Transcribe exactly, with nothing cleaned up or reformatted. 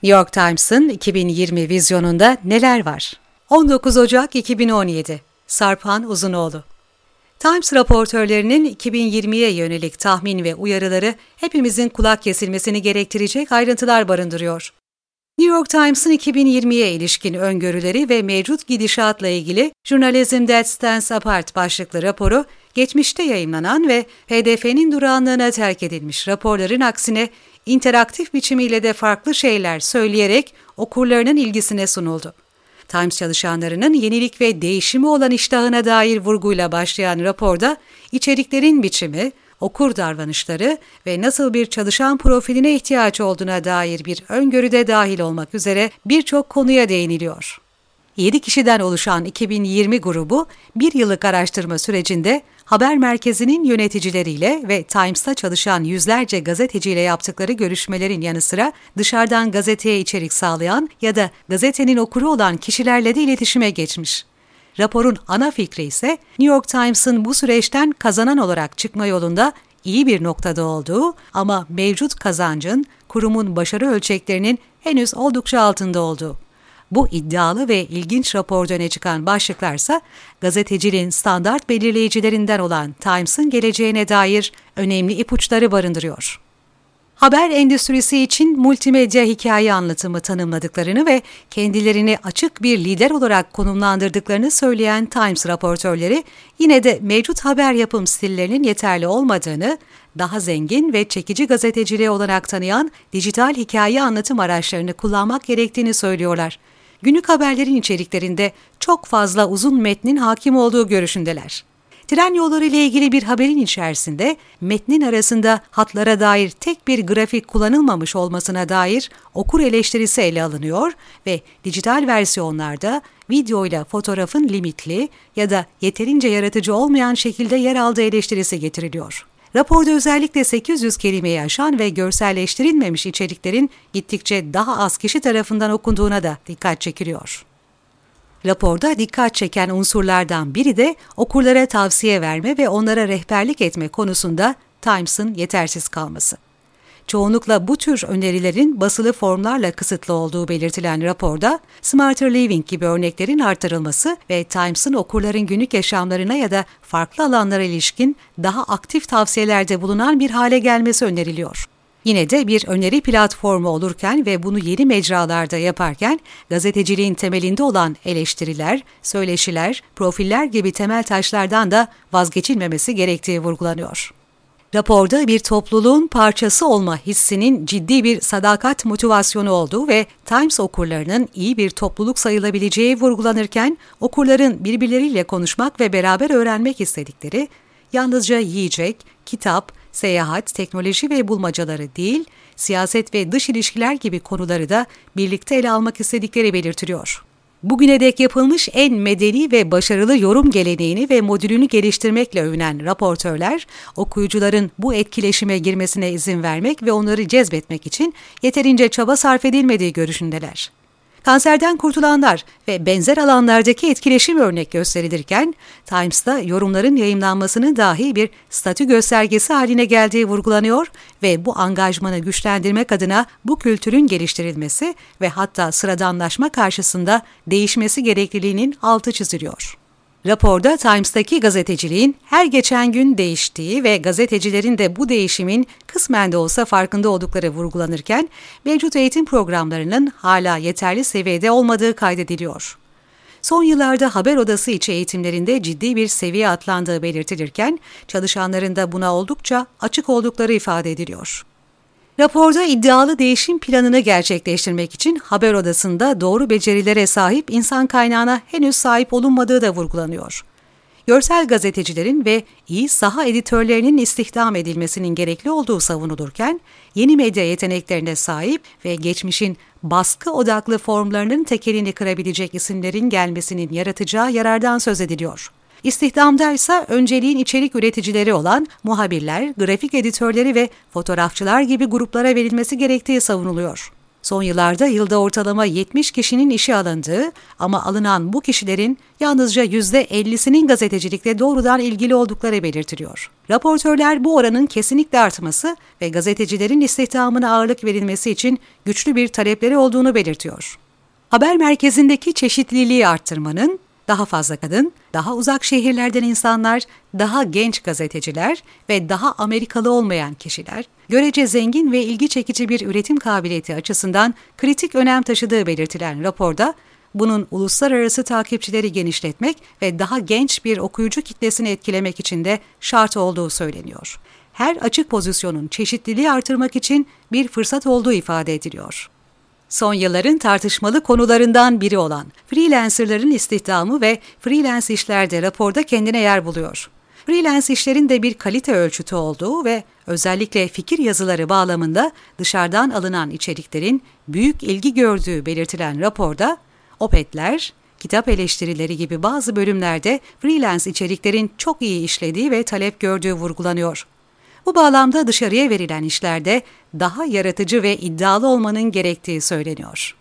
New York Times'ın iki bin yirmi vizyonunda neler var? on dokuz Ocak iki bin on yedi Sarpan Uzunoğlu. Times raportörlerinin iki bin yirmiye yönelik tahmin ve uyarıları hepimizin kulak kesilmesini gerektirecek ayrıntılar barındırıyor. New York Times'ın iki bin yirmiye ilişkin öngörüleri ve mevcut gidişatla ilgili Journalism That Stands Apart başlıklı raporu, geçmişte yayımlanan ve H D F'nin durağanlığına terk edilmiş raporların aksine interaktif biçimiyle de farklı şeyler söyleyerek okurlarının ilgisine sunuldu. Times çalışanlarının yenilik ve değişimi olan iştahına dair vurguyla başlayan raporda içeriklerin biçimi, okur davranışları ve nasıl bir çalışan profiline ihtiyaç olduğuna dair bir öngörü de dahil olmak üzere birçok konuya değiniliyor. yedi kişiden oluşan iki bin yirmi grubu bir yıllık araştırma sürecinde haber merkezinin yöneticileriyle ve Times'ta çalışan yüzlerce gazeteciyle yaptıkları görüşmelerin yanı sıra dışarıdan gazeteye içerik sağlayan ya da gazetenin okuru olan kişilerle de iletişime geçmiş. Raporun ana fikri ise New York Times'ın bu süreçten kazanan olarak çıkma yolunda iyi bir noktada olduğu ama mevcut kazancın kurumun başarı ölçeklerinin henüz oldukça altında olduğu. Bu iddialı ve ilginç raporda öne çıkan başlıklarsa gazeteciliğin standart belirleyicilerinden olan Times'ın geleceğine dair önemli ipuçları barındırıyor. Haber endüstrisi için multimedya hikaye anlatımı tanımladıklarını ve kendilerini açık bir lider olarak konumlandırdıklarını söyleyen Times raportörleri yine de mevcut haber yapım stillerinin yeterli olmadığını, daha zengin ve çekici gazeteciliğe olarak tanıyan dijital hikaye anlatım araçlarını kullanmak gerektiğini söylüyorlar. Günlük haberlerin içeriklerinde çok fazla uzun metnin hakim olduğu görüşündeler. Tren yolları ile ilgili bir haberin içerisinde metnin arasında hatlara dair tek bir grafik kullanılmamış olmasına dair okur eleştirisi ele alınıyor ve dijital versiyonlarda video ile fotoğrafın limitli ya da yeterince yaratıcı olmayan şekilde yer aldığı eleştirisi getiriliyor. Raporda özellikle sekiz yüz kelimeyi aşan ve görselleştirilmemiş içeriklerin gittikçe daha az kişi tarafından okunduğuna da dikkat çekiliyor. Raporda dikkat çeken unsurlardan biri de okurlara tavsiye verme ve onlara rehberlik etme konusunda Times'ın yetersiz kalması. Çoğunlukla bu tür önerilerin basılı formlarla kısıtlı olduğu belirtilen raporda, Smarter Living gibi örneklerin artırılması ve Times'ın okurların günlük yaşamlarına ya da farklı alanlara ilişkin daha aktif tavsiyelerde bulunan bir hale gelmesi öneriliyor. Yine de bir öneri platformu olurken ve bunu yeni mecralarda yaparken gazeteciliğin temelinde olan eleştiriler, söyleşiler, profiller gibi temel taşlardan da vazgeçilmemesi gerektiği vurgulanıyor. Raporda bir topluluğun parçası olma hissinin ciddi bir sadakat motivasyonu olduğu ve Times okurlarının iyi bir topluluk sayılabileceği vurgulanırken okurların birbirleriyle konuşmak ve beraber öğrenmek istedikleri, yalnızca yiyecek, kitap, seyahat, teknoloji ve bulmacaları değil, siyaset ve dış ilişkiler gibi konuları da birlikte ele almak istedikleri belirtiliyor. Bugüne dek yapılmış en medeni ve başarılı yorum geleneğini ve modülünü geliştirmekle övünen raportörler, okuyucuların bu etkileşime girmesine izin vermek ve onları cezbetmek için yeterince çaba sarf edilmediği görüşündeler. Kanserden kurtulanlar ve benzer alanlardaki etkileşim örnek gösterilirken, Times'ta yorumların yayımlanmasının dahi bir statü göstergesi haline geldiği vurgulanıyor ve bu angajmanı güçlendirmek adına bu kültürün geliştirilmesi ve hatta sıradanlaşma karşısında değişmesi gerekliliğinin altı çiziliyor. Raporda Times'taki gazeteciliğin her geçen gün değiştiği ve gazetecilerin de bu değişimin kısmen de olsa farkında oldukları vurgulanırken, mevcut eğitim programlarının hala yeterli seviyede olmadığı kaydediliyor. Son yıllarda haber odası içi eğitimlerinde ciddi bir seviye atlandığı belirtilirken, çalışanların da buna oldukça açık oldukları ifade ediliyor. Raporda iddialı değişim planını gerçekleştirmek için haber odasında doğru becerilere sahip insan kaynağına henüz sahip olunmadığı da vurgulanıyor. Görsel gazetecilerin ve iyi saha editörlerinin istihdam edilmesinin gerekli olduğu savunulurken, yeni medya yeteneklerine sahip ve geçmişin baskı odaklı formlarının tekelini kırabilecek isimlerin gelmesinin yaratacağı yarardan söz ediliyor. İstihdamda ise önceliğin içerik üreticileri olan muhabirler, grafik editörleri ve fotoğrafçılar gibi gruplara verilmesi gerektiği savunuluyor. Son yıllarda yılda ortalama yetmiş kişinin işe alındığı ama alınan bu kişilerin yalnızca yüzde ellisinin gazetecilikle doğrudan ilgili oldukları belirtiliyor. Raportörler bu oranın kesinlikle artması ve gazetecilerin istihdamına ağırlık verilmesi için güçlü bir talepleri olduğunu belirtiyor. Haber merkezindeki çeşitliliği arttırmanın, daha fazla kadın, daha uzak şehirlerden insanlar, daha genç gazeteciler ve daha Amerikalı olmayan kişiler, görece zengin ve ilgi çekici bir üretim kabiliyeti açısından kritik önem taşıdığı belirtilen raporda, bunun uluslararası takipçileri genişletmek ve daha genç bir okuyucu kitlesini etkilemek için de şart olduğu söyleniyor. Her açık pozisyonun çeşitliliği artırmak için bir fırsat olduğu ifade ediliyor. Son yılların tartışmalı konularından biri olan freelancerların istihdamı ve freelance işlerde raporda kendine yer buluyor. Freelance işlerin de bir kalite ölçütü olduğu ve özellikle fikir yazıları bağlamında dışarıdan alınan içeriklerin büyük ilgi gördüğü belirtilen raporda, Opet'ler, kitap eleştirileri gibi bazı bölümlerde freelance içeriklerin çok iyi işlediği ve talep gördüğü vurgulanıyor. Bu bağlamda dışarıya verilen işlerde daha yaratıcı ve iddialı olmanın gerektiği söyleniyor.